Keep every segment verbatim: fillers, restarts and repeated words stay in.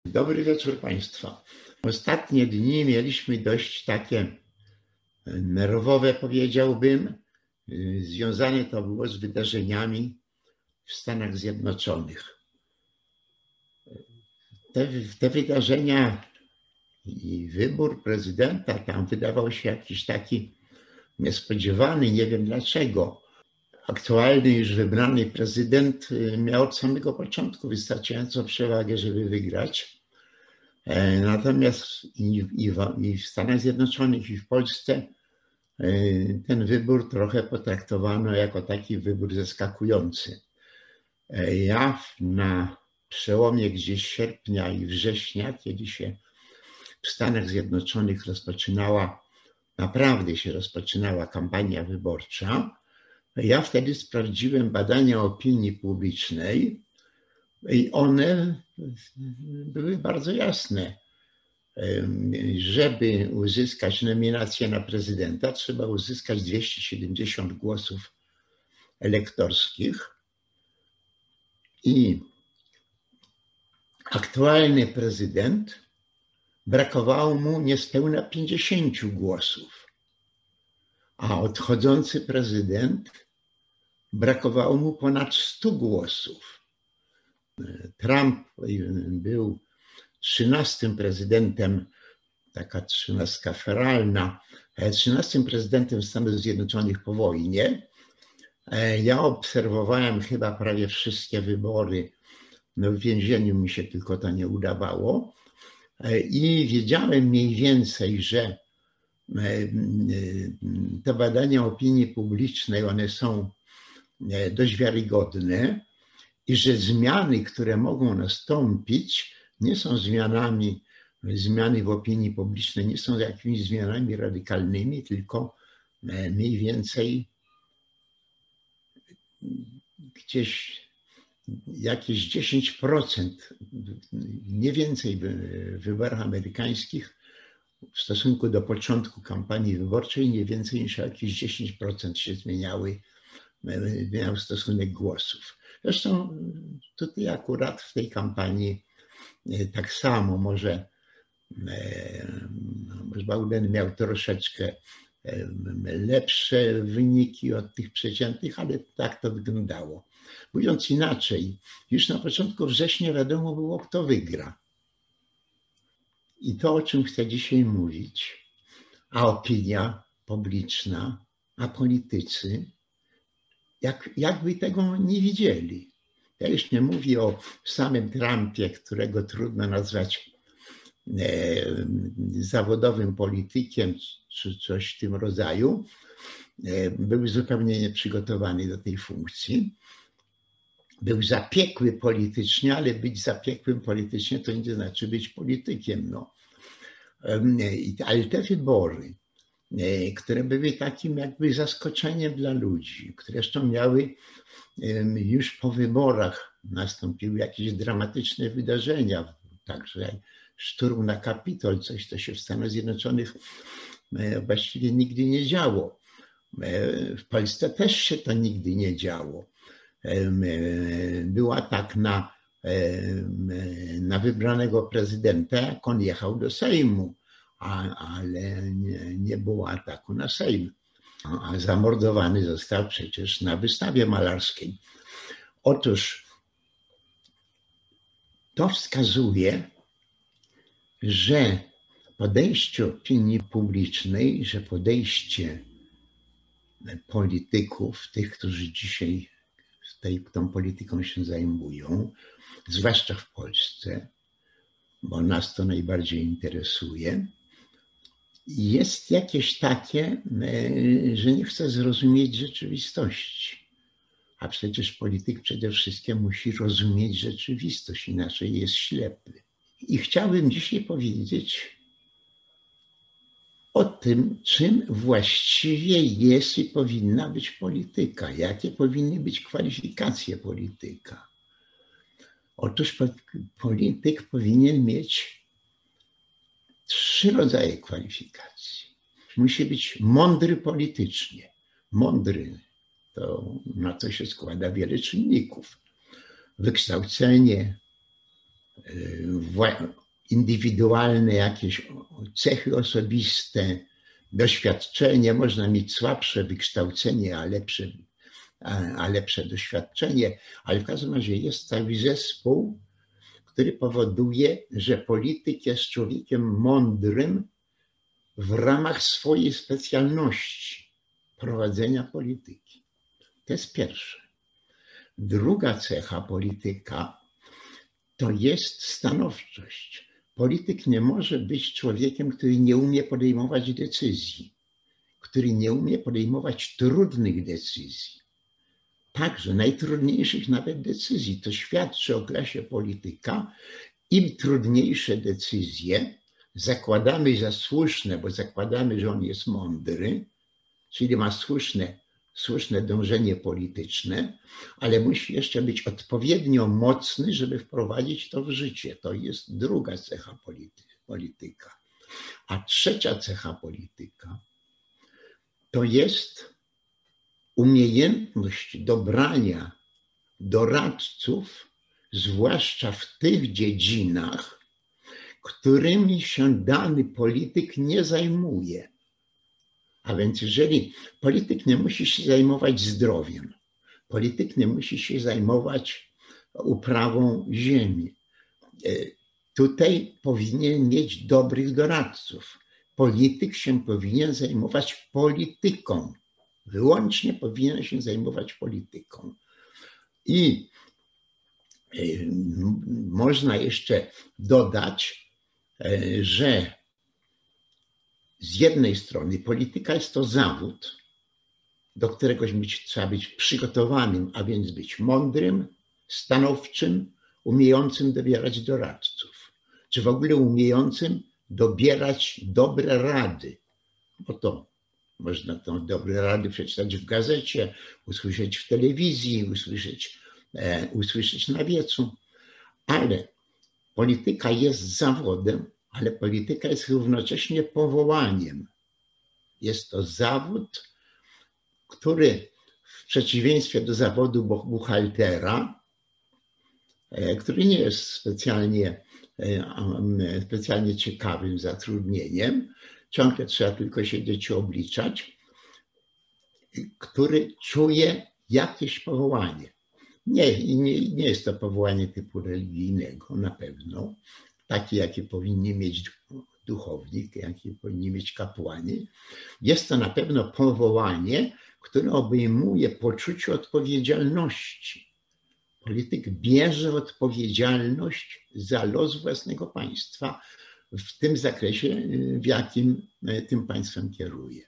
Dobry wieczór Państwa. Ostatnie dni mieliśmy dość takie nerwowe, powiedziałbym. Związane to było z wydarzeniami w Stanach Zjednoczonych. Te, te wydarzenia i wybór prezydenta tam wydawał się jakiś taki niespodziewany, nie wiem dlaczego. Aktualny już wybrany prezydent miał od samego początku wystarczającą przewagę, żeby wygrać. Natomiast i w, i, w, i w Stanach Zjednoczonych, i w Polsce ten wybór trochę potraktowano jako taki wybór zaskakujący. Ja na przełomie gdzieś sierpnia i września, kiedy się w Stanach Zjednoczonych rozpoczynała, naprawdę się rozpoczynała kampania wyborcza, ja wtedy sprawdziłem badania opinii publicznej i one były bardzo jasne. Żeby uzyskać nominację na prezydenta, trzeba uzyskać dwieście siedemdziesiąt głosów elektorskich i aktualny prezydent brakowało mu niespełna pięćdziesięciu głosów, a odchodzący prezydent brakowało mu ponad stu głosów. Trump był trzynastym prezydentem, taka trzynastka feralna, trzynastym prezydentem Stanów Zjednoczonych po wojnie. Ja obserwowałem chyba prawie wszystkie wybory. No w więzieniu mi się tylko to nie udawało. I wiedziałem mniej więcej, że te badania opinii publicznej, one są dość wiarygodne i że zmiany, które mogą nastąpić, nie są zmianami, zmiany w opinii publicznej nie są jakimiś zmianami radykalnymi, tylko mniej więcej gdzieś jakieś dziesięć procent, nie więcej w wyborach amerykańskich w stosunku do początku kampanii wyborczej, nie więcej niż jakieś dziesięć procent się zmieniały, zmieniał stosunek głosów. Zresztą tutaj akurat w tej kampanii tak samo, może Biden miał troszeczkę lepsze wyniki od tych przeciętnych, ale tak to wyglądało. Mówiąc inaczej, już na początku września wiadomo było, kto wygra. I to, o czym chcę dzisiaj mówić, a opinia publiczna, a politycy, jak, jakby tego nie widzieli. Ja już nie mówię o samym Trumpie, którego trudno nazwać e, zawodowym politykiem, czy coś w tym rodzaju. E, był zupełnie nieprzygotowany do tej funkcji. Był zapiekły politycznie, ale być zapiekłym politycznie to nie znaczy być politykiem. No. E, ale te wybory, e, które były takim jakby zaskoczeniem dla ludzi, które zresztą miały już po wyborach, nastąpiły jakieś dramatyczne wydarzenia, także szturm na Kapitol, coś, co się w Stanach Zjednoczonych właściwie nigdy nie działo. W Polsce też się to nigdy nie działo. Był atak na, na wybranego prezydenta, jak on jechał do Sejmu, a, ale nie, nie było ataku na Sejm. A zamordowany został przecież na wystawie malarskiej. Otóż to wskazuje, że podejście opinii publicznej, że podejście polityków, tych, którzy dzisiaj tej, tą polityką się zajmują, zwłaszcza w Polsce, bo nas to najbardziej interesuje, jest jakieś takie, że nie chce zrozumieć rzeczywistości. A przecież polityk przede wszystkim musi rozumieć rzeczywistość, inaczej jest ślepy. I chciałbym dzisiaj powiedzieć o tym, czym właściwie jest i powinna być polityka, jakie powinny być kwalifikacje polityka. Otóż polityk powinien mieć trzy rodzaje kwalifikacji. Musi być mądry politycznie. Mądry to na to się składa wiele czynników. Wykształcenie, indywidualne jakieś cechy osobiste, doświadczenie, można mieć słabsze wykształcenie, a lepsze, a lepsze doświadczenie, ale w każdym razie jest cały zespół, który powoduje, że polityk jest człowiekiem mądrym w ramach swojej specjalności prowadzenia polityki. To jest pierwsze. Druga cecha polityka to jest stanowczość. Polityk nie może być człowiekiem, który nie umie podejmować decyzji, który nie umie podejmować trudnych decyzji, także najtrudniejszych nawet decyzji. To świadczy o klasie polityka. Im trudniejsze decyzje zakładamy za słuszne, bo zakładamy, że on jest mądry, czyli ma słuszne, słuszne dążenie polityczne, ale musi jeszcze być odpowiednio mocny, żeby wprowadzić to w życie. To jest druga cecha polityka. A trzecia cecha polityka to jest umiejętność dobrania doradców, zwłaszcza w tych dziedzinach, którymi się dany polityk nie zajmuje. A więc jeżeli polityk nie musi się zajmować zdrowiem, polityk nie musi się zajmować uprawą ziemi, tutaj powinien mieć dobrych doradców. Polityk się powinien zajmować polityką. Wyłącznie powinien się zajmować polityką. I można jeszcze dodać, że z jednej strony polityka jest to zawód, do którego trzeba być przygotowanym, a więc być mądrym, stanowczym, umiejącym dobierać doradców, czy w ogóle umiejącym dobierać dobre rady, bo to można te dobre rady przeczytać w gazecie, usłyszeć w telewizji, usłyszeć, e, usłyszeć na wiecu, ale polityka jest zawodem, ale polityka jest równocześnie powołaniem. Jest to zawód, który w przeciwieństwie do zawodu buchaltera, który nie jest specjalnie, specjalnie ciekawym zatrudnieniem, ciągle trzeba tylko siedzieć i obliczać, który czuje jakieś powołanie. Nie, nie, nie jest to powołanie typu religijnego na pewno, takie jakie powinni mieć duchownik, jakie powinni mieć kapłani. Jest to na pewno powołanie, które obejmuje poczucie odpowiedzialności. Polityk bierze odpowiedzialność za los własnego państwa w tym zakresie, w jakim tym państwem kieruje.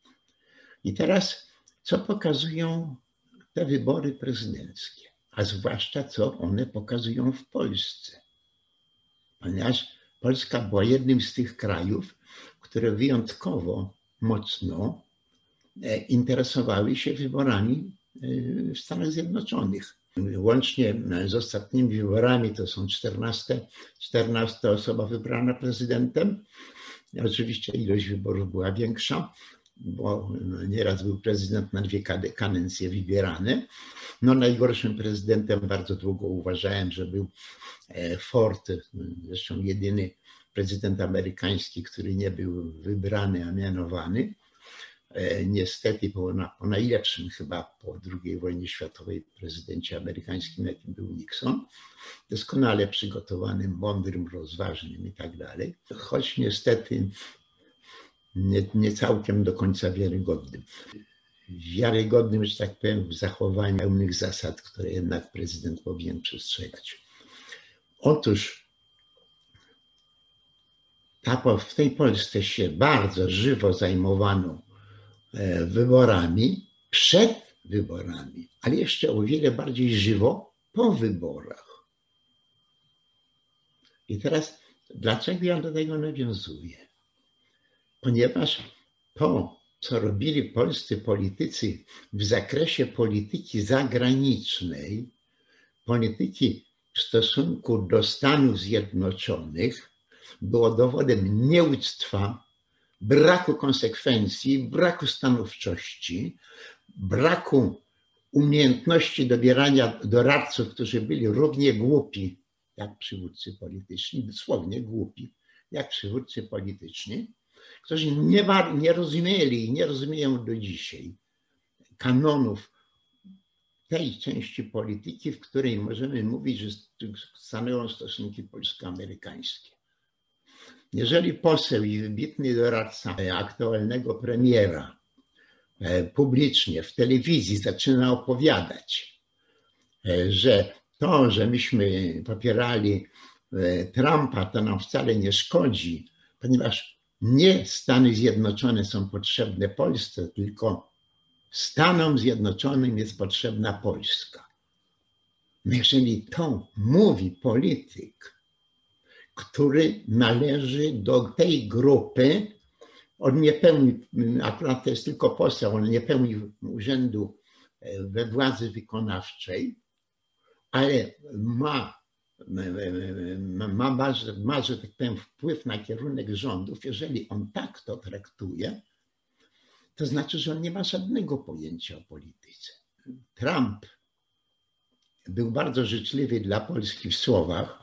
I teraz, co pokazują te wybory prezydenckie, a zwłaszcza co one pokazują w Polsce? Ponieważ Polska była jednym z tych krajów, które wyjątkowo mocno interesowały się wyborami w Stanach Zjednoczonych. Łącznie z ostatnimi wyborami to są czternasta osoba wybrana prezydentem. Oczywiście ilość wyborów była większa, bo nieraz był prezydent na dwie kadencje wybierany. No najgorszym prezydentem bardzo długo uważałem, że był Ford, zresztą jedyny prezydent amerykański, który nie był wybrany, a mianowany. Niestety po, po najlepszym chyba po drugiej wojnie światowej prezydencie amerykańskim, jakim był Nixon, doskonale przygotowanym, mądrym, rozważnym i tak dalej, choć niestety nie, nie całkiem do końca wiarygodnym. Wiarygodnym, że tak powiem, w zachowaniu pełnych zasad, które jednak prezydent powinien przestrzegać. Otóż ta, w tej Polsce się bardzo żywo zajmowano wyborami, przed wyborami, ale jeszcze o wiele bardziej żywo po wyborach. I teraz, dlaczego ja do tego nawiązuję? Ponieważ to, co robili polscy politycy w zakresie polityki zagranicznej, polityki w stosunku do Stanów Zjednoczonych, było dowodem nieuctwa, braku konsekwencji, braku stanowczości, braku umiejętności dobierania doradców, którzy byli równie głupi jak przywódcy polityczni, dosłownie głupi, jak przywódcy polityczni, którzy nie, nie rozumieli i nie rozumieją do dzisiaj kanonów tej części polityki, w której możemy mówić, że stanowią stosunki polsko-amerykańskie. Jeżeli poseł i wybitny doradca aktualnego premiera publicznie w telewizji zaczyna opowiadać, że to, że myśmy popierali Trumpa, to nam wcale nie szkodzi, ponieważ nie Stany Zjednoczone są potrzebne Polsce, tylko Stanom Zjednoczonym jest potrzebna Polska. Jeżeli to mówi polityk, który należy do tej grupy, on nie pełni, akurat to jest tylko poseł, on nie pełni urzędu we władzy wykonawczej, ale ma, ma, ma, ma, że tak powiem, wpływ na kierunek rządów. Jeżeli on tak to traktuje, to znaczy, że on nie ma żadnego pojęcia o polityce. Trump był bardzo życzliwy dla Polski w słowach,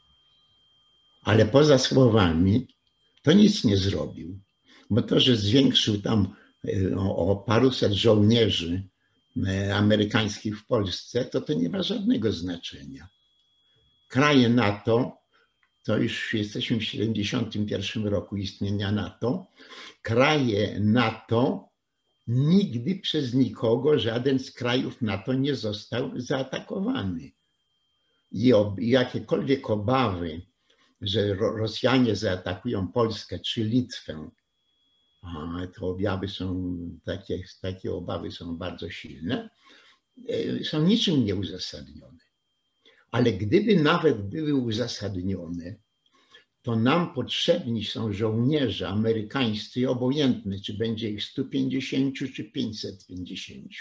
ale poza słowami to nic nie zrobił. Bo to, że zwiększył tam o, o paruset żołnierzy amerykańskich w Polsce, to to nie ma żadnego znaczenia. Kraje NATO, to już jesteśmy w siedemdziesiątym pierwszym roku istnienia NATO, kraje NATO nigdy przez nikogo, żaden z krajów NATO nie został zaatakowany. I ob, jakiekolwiek obawy, że Rosjanie zaatakują Polskę czy Litwę, a te objawy są, takie, takie obawy są bardzo silne, są niczym nieuzasadnione. Ale gdyby nawet były uzasadnione, to nam potrzebni są żołnierze amerykańscy, obojętne, czy będzie ich sto pięćdziesiąt czy pięćset pięćdziesiąt.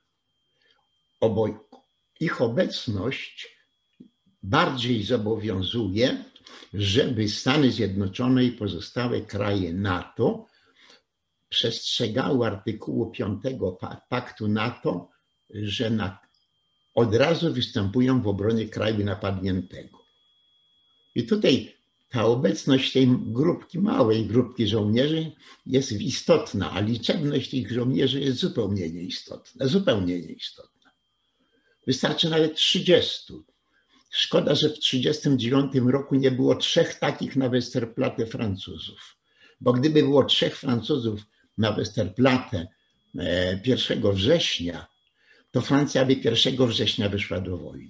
Oboj... Ich obecność bardziej zobowiązuje, żeby Stany Zjednoczone i pozostałe kraje NATO przestrzegały artykułu piątego Paktu NATO, że na, od razu występują w obronie kraju napadniętego. I tutaj ta obecność tej grupki, małej grupki żołnierzy jest istotna, a liczebność tych żołnierzy jest zupełnie nieistotna, zupełnie nieistotna. Wystarczy nawet trzydziestu. Szkoda, że w trzydziestym dziewiątym roku nie było trzech takich na Westerplatte Francuzów. Bo gdyby było trzech Francuzów na Westerplatte pierwszego września, to Francja by pierwszego września wyszła do wojny.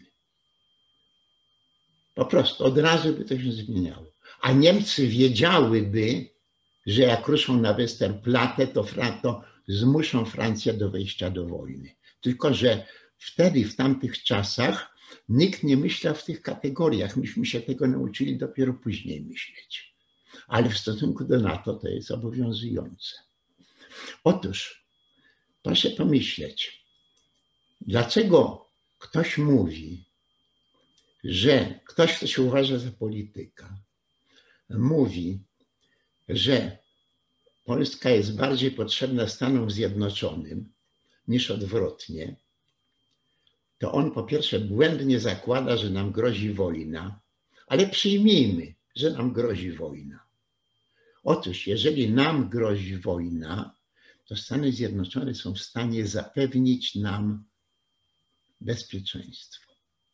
Po prostu od razu by to się zmieniało. A Niemcy wiedziałyby, że jak ruszą na Westerplatte, to, to zmuszą Francję do wejścia do wojny. Tylko że wtedy, w tamtych czasach, nikt nie myślał w tych kategoriach. Myśmy się tego nauczyli dopiero później myśleć. Ale w stosunku do NATO to jest obowiązujące. Otóż proszę pomyśleć, dlaczego ktoś mówi, że ktoś, kto się uważa za polityka, mówi, że Polska jest bardziej potrzebna Stanom Zjednoczonym niż odwrotnie, to on po pierwsze błędnie zakłada, że nam grozi wojna, ale przyjmijmy, że nam grozi wojna. Otóż jeżeli nam grozi wojna, to Stany Zjednoczone są w stanie zapewnić nam bezpieczeństwo.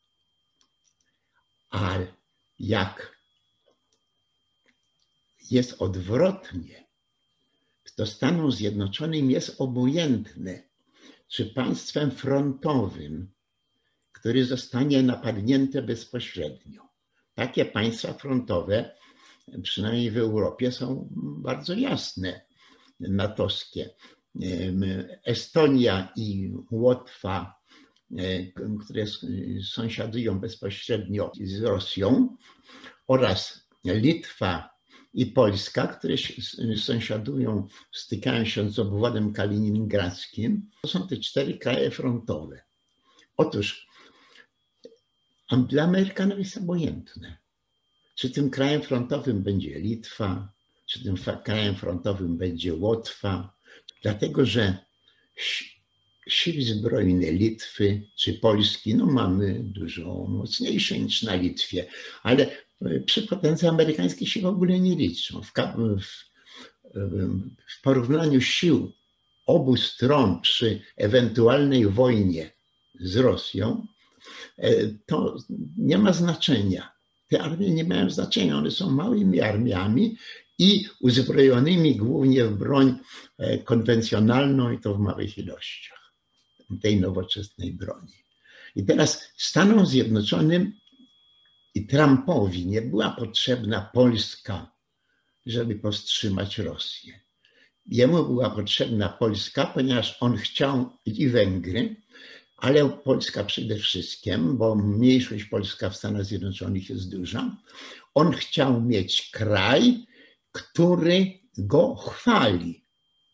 A jak jest odwrotnie, to Stanom Zjednoczonym jest obojętne, czy państwem frontowym, który zostanie napadnięte bezpośrednio. Takie państwa frontowe, przynajmniej w Europie, są bardzo jasne, natowskie. Estonia i Łotwa, które sąsiadują bezpośrednio z Rosją, oraz Litwa i Polska, które sąsiadują, stykają się z obwodem kaliningradzkim. To są te cztery kraje frontowe. Otóż dla Amerykanów jest obojętne, czy tym krajem frontowym będzie Litwa, czy tym krajem frontowym będzie Łotwa, dlatego że sił zbrojne Litwy czy Polski, no mamy dużo mocniejsze niż na Litwie, ale przy potędze amerykańskiej się w ogóle nie liczą. W, w, w porównaniu sił obu stron przy ewentualnej wojnie z Rosją, to nie ma znaczenia. Te armie nie mają znaczenia, one są małymi armiami i uzbrojonymi głównie w broń konwencjonalną i to w małych ilościach tej nowoczesnej broni. I teraz Stanom Zjednoczonym i Trumpowi nie była potrzebna Polska, żeby powstrzymać Rosję. Jemu była potrzebna Polska, ponieważ on chciał i Węgry, ale Polska przede wszystkim, bo mniejszość polska w Stanach Zjednoczonych jest duża. On chciał mieć kraj, który go chwali.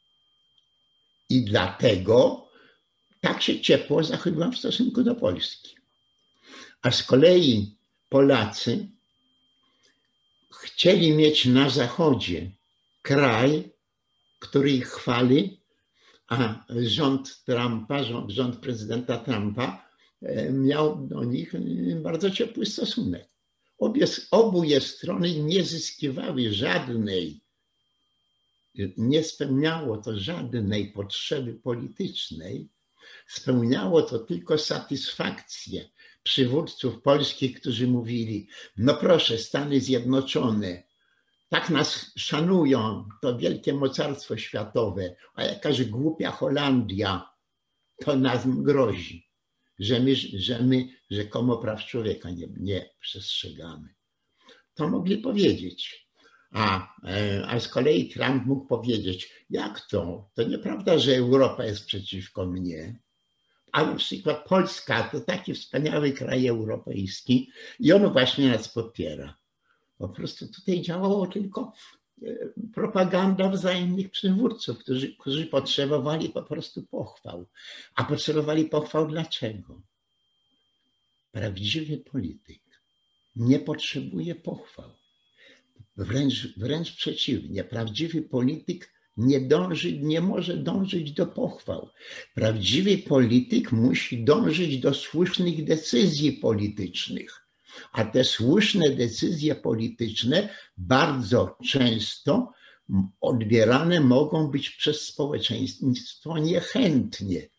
I dlatego tak się ciepło zachowywał w stosunku do Polski. A z kolei Polacy chcieli mieć na Zachodzie kraj, który ich chwali, a rząd Trumpa, rząd, rząd prezydenta Trumpa miał do nich bardzo ciepły stosunek. Obie, obu strony nie zyskiwały żadnej, nie spełniało to żadnej potrzeby politycznej, spełniało to tylko satysfakcję przywódców polskich, którzy mówili, no proszę, Stany Zjednoczone, tak nas szanują, to wielkie mocarstwo światowe, a jakaś głupia Holandia to nam grozi, że my, że my rzekomo praw człowieka nie, nie przestrzegamy. To mogli powiedzieć. A, a z kolei Trump mógł powiedzieć, jak to? To nieprawda, że Europa jest przeciwko mnie. A na przykład Polska to taki wspaniały kraj europejski i on właśnie nas popiera. Po prostu tutaj działało tylko propaganda wzajemnych przywódców, którzy, którzy potrzebowali po prostu pochwał. A potrzebowali pochwał dlaczego? Prawdziwy polityk nie potrzebuje pochwał. Wręcz, wręcz przeciwnie, prawdziwy polityk nie dąży, nie może dążyć do pochwał. Prawdziwy polityk musi dążyć do słusznych decyzji politycznych. A te słuszne decyzje polityczne bardzo często odbierane mogą być przez społeczeństwo niechętnie.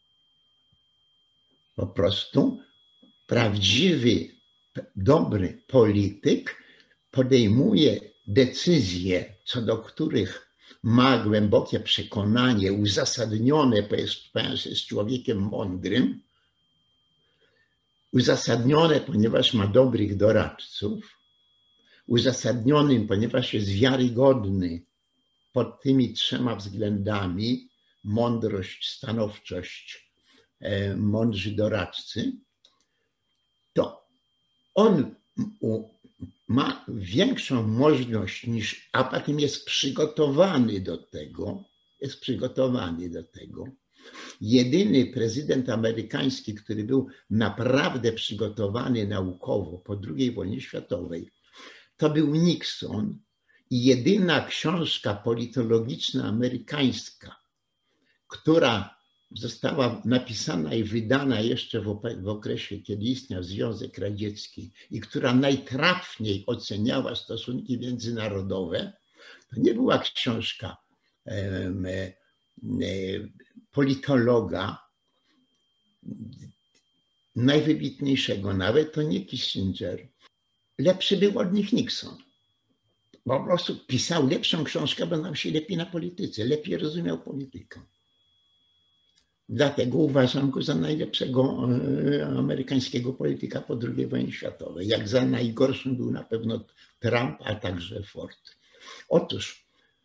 Po prostu prawdziwy, dobry polityk podejmuje decyzje, co do których ma głębokie przekonanie, uzasadnione, ponieważ jest człowiekiem mądrym, uzasadnione, ponieważ ma dobrych doradców, uzasadnionym, ponieważ jest wiarygodny pod tymi trzema względami, mądrość, stanowczość, mądrzy doradcy, to on ma większą możliwość niż, a potem jest przygotowany do tego, jest przygotowany do tego. Jedyny prezydent amerykański, który był naprawdę przygotowany naukowo po drugiej wojnie światowej, to był Nixon i jedyna książka politologiczna amerykańska, która została napisana i wydana jeszcze w okresie, kiedy istniał Związek Radziecki i która najtrafniej oceniała stosunki międzynarodowe, to nie była książka um, politologa najwybitniejszego, nawet to nie Kissinger. Lepszy był od nich Nixon. Po prostu pisał lepszą książkę, bo znał się lepiej na polityce, lepiej rozumiał politykę. Dlatego uważam go za najlepszego amerykańskiego polityka po drugiej wojnie światowej. Jak za najgorszym był na pewno Trump, a także Ford. Otóż,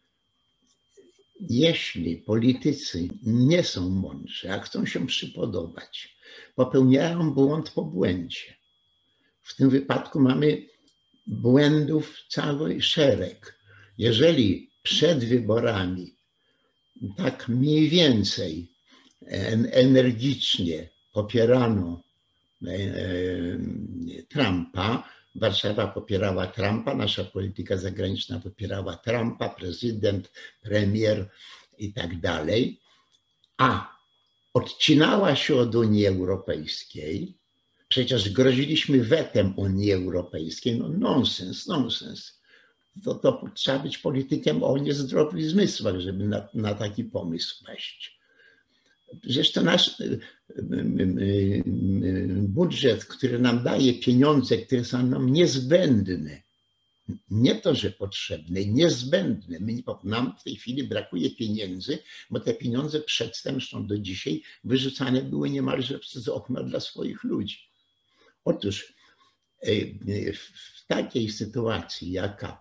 jeśli politycy nie są mądrzy, a chcą się przypodobać, popełniają błąd po błędzie. W tym wypadku mamy błędów cały szereg. Jeżeli przed wyborami tak mniej więcej energicznie popierano Trumpa, Warszawa popierała Trumpa, nasza polityka zagraniczna popierała Trumpa, prezydent, premier i tak dalej, a odcinała się od Unii Europejskiej. Przecież groziliśmy wetem Unii Europejskiej. No nonsens, nonsens. To, to trzeba być politykiem o niezdrowych zmysłach, żeby na, na taki pomysł wpaść. Zresztą nasz budżet, który nam daje pieniądze, które są nam niezbędne, nie to, że potrzebne, niezbędne. My, nam w tej chwili brakuje pieniędzy, bo te pieniądze przedtem, zresztą do dzisiaj, wyrzucane były niemalże przez okna dla swoich ludzi. Otóż w takiej sytuacji, jaka,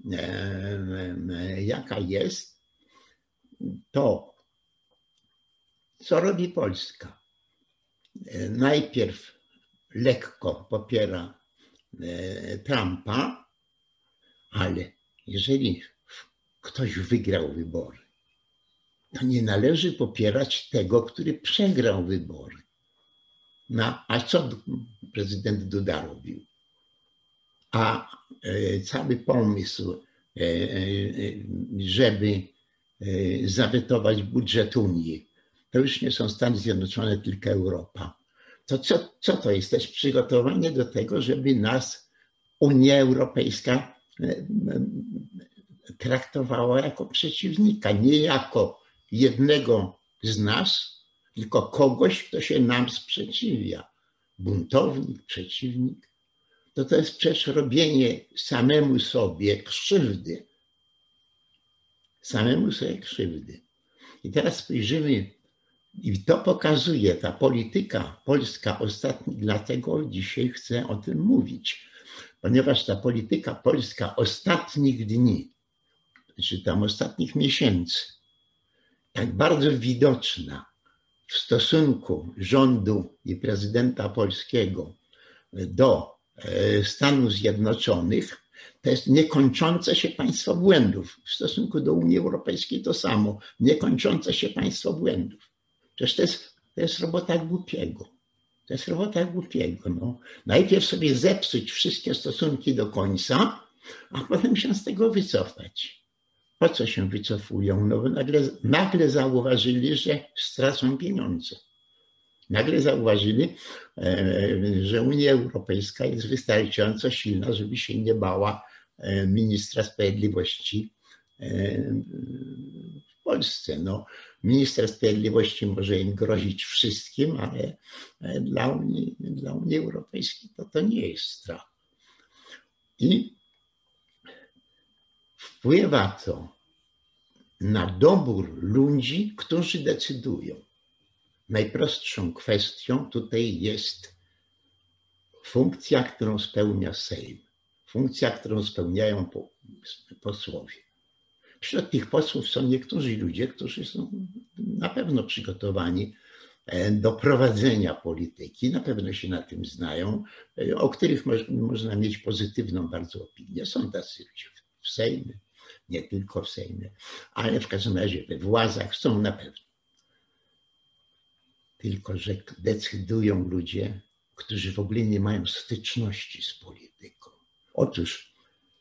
jaka jest, to co robi Polska? Najpierw lekko popiera Trumpa, ale jeżeli ktoś wygrał wybory, to nie należy popierać tego, który przegrał wybory. No, a co prezydent Duda robił? A cały pomysł, żeby zawetować budżet Unii, to już nie są Stany Zjednoczone, tylko Europa. To co, co to jest? To jest przygotowanie do tego, żeby nas Unia Europejska traktowała jako przeciwnika, nie jako jednego z nas, tylko kogoś, kto się nam sprzeciwia. Buntownik, przeciwnik. To to jest przecież robienie samemu sobie krzywdy. Samemu sobie krzywdy. I teraz spojrzymy, i to pokazuje ta polityka polska ostatni, dlatego dzisiaj chcę o tym mówić. Ponieważ ta polityka polska ostatnich dni, czy tam ostatnich miesięcy, tak bardzo widoczna w stosunku rządu i prezydenta polskiego do Stanów Zjednoczonych, to jest niekończące się państwo błędów. W stosunku do Unii Europejskiej to samo, niekończące się państwo błędów. Przecież to jest, to jest robota głupiego. To jest robota głupiego. No. Najpierw sobie zepsuć wszystkie stosunki do końca, a potem się z tego wycofać. Po co się wycofują? No bo nagle, nagle zauważyli, że stracą pieniądze. Nagle zauważyli, że Unia Europejska jest wystarczająco silna, żeby się nie bała ministra sprawiedliwości w Polsce. No, minister sprawiedliwości może im grozić wszystkim, ale dla Unii, dla Unii Europejskiej to, to nie jest strach. I wpływa to na dobór ludzi, którzy decydują. Najprostszą kwestią tutaj jest funkcja, którą spełnia Sejm. Funkcja, którą spełniają posłowie. Wśród tych posłów są niektórzy ludzie, którzy są na pewno przygotowani do prowadzenia polityki, na pewno się na tym znają, o których można mieć pozytywną bardzo opinię. Są tacy ludzie w Sejmie, nie tylko w Sejmie, ale w każdym razie we władzach są na pewno. Tylko że decydują ludzie, którzy w ogóle nie mają styczności z polityką. Otóż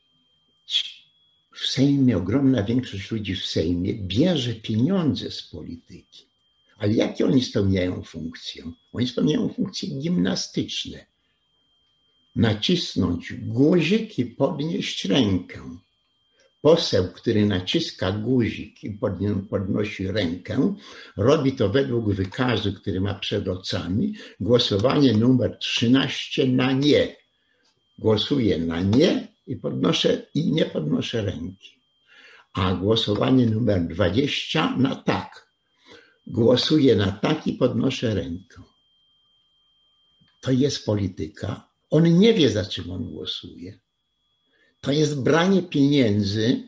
w Sejmie, ogromna większość ludzi w Sejmie bierze pieniądze z polityki. Ale jakie oni spełniają funkcje? Oni spełniają funkcje gimnastyczne. Nacisnąć guzik i podnieść rękę. Poseł, który naciska guzik i podnosi rękę, robi to według wykazu, który ma przed oczami. Głosowanie numer trzynaście na nie. Głosuję na nie i podnoszę i nie podnoszę ręki. A głosowanie numer dwadzieścia na tak. Głosuję na tak i podnoszę rękę. To jest polityka. On nie wie, za czym on głosuje. To jest branie pieniędzy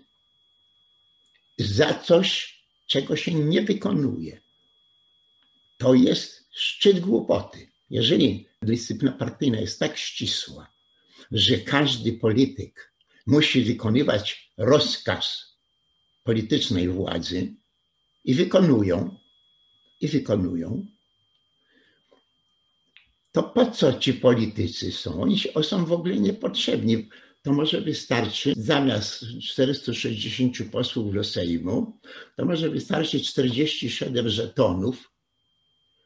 za coś, czego się nie wykonuje. To jest szczyt głupoty. Jeżeli dyscyplina partyjna jest tak ścisła, że każdy polityk musi wykonywać rozkaz politycznej władzy i wykonują, i wykonują, to po co ci politycy są? Oni są w ogóle niepotrzebni. To może wystarczy, zamiast czterystu sześćdziesięciu posłów do Sejmu, to może wystarczyć czterdzieści siedem żetonów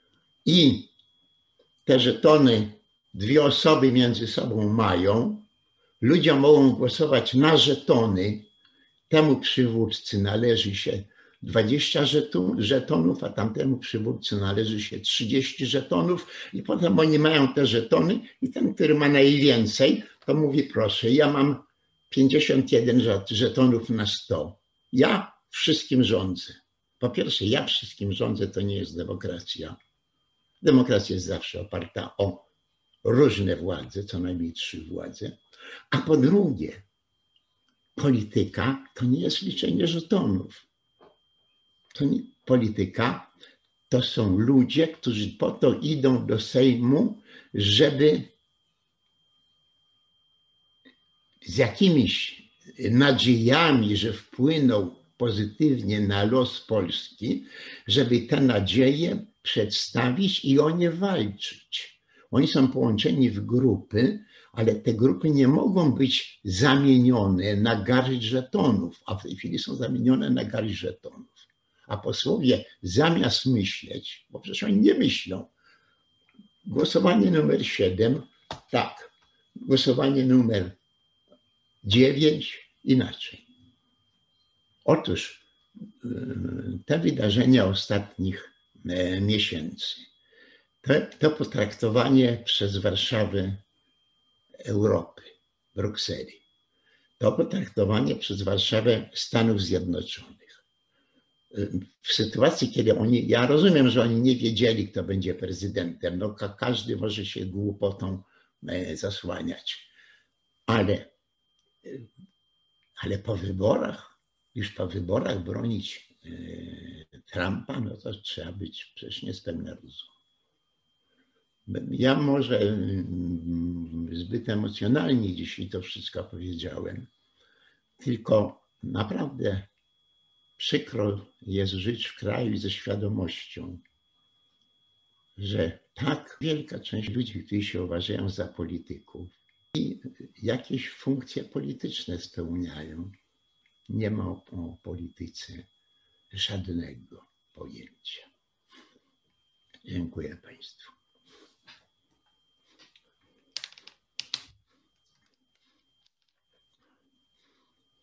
i te żetony dwie osoby między sobą mają, ludzie mogą głosować na żetony, temu przywódcy należy się dwadzieścia żetonów, a tamtemu przywódcy należy się trzydzieści żetonów i potem oni mają te żetony i ten, który ma najwięcej, to mówi proszę, ja mam pięćdziesiąt jeden żetonów na sto. Ja wszystkim rządzę. Po pierwsze, ja wszystkim rządzę, to nie jest demokracja. Demokracja jest zawsze oparta o różne władze, co najmniej trzy władze. A po drugie, polityka to nie jest liczenie żetonów. To nie, polityka to są ludzie, którzy po to idą do Sejmu, żeby z jakimiś nadziejami, że wpłyną pozytywnie na los Polski, żeby te nadzieje przedstawić i o nie walczyć. Oni są połączeni w grupy, ale te grupy nie mogą być zamienione na garść żetonów, a w tej chwili są zamienione na garść żetonów. A posłowie zamiast myśleć, bo przecież oni nie myślą, głosowanie numer siedem, tak, głosowanie numer dziewięć, inaczej. Otóż te wydarzenia ostatnich miesięcy, to, to potraktowanie przez Warszawę Europy, Brukseli, to potraktowanie przez Warszawę Stanów Zjednoczonych. W sytuacji, kiedy oni, ja rozumiem, że oni nie wiedzieli, kto będzie prezydentem, no każdy może się głupotą zasłaniać, ale, ale po wyborach, już po wyborach bronić Trumpa, no to trzeba być przecież niespełna rozumu. Ja może zbyt emocjonalnie dzisiaj to wszystko powiedziałem, tylko naprawdę przykro jest żyć w kraju ze świadomością, że tak wielka część ludzi, którzy się uważają za polityków i jakieś funkcje polityczne spełniają, nie ma o, o polityce żadnego pojęcia. Dziękuję Państwu.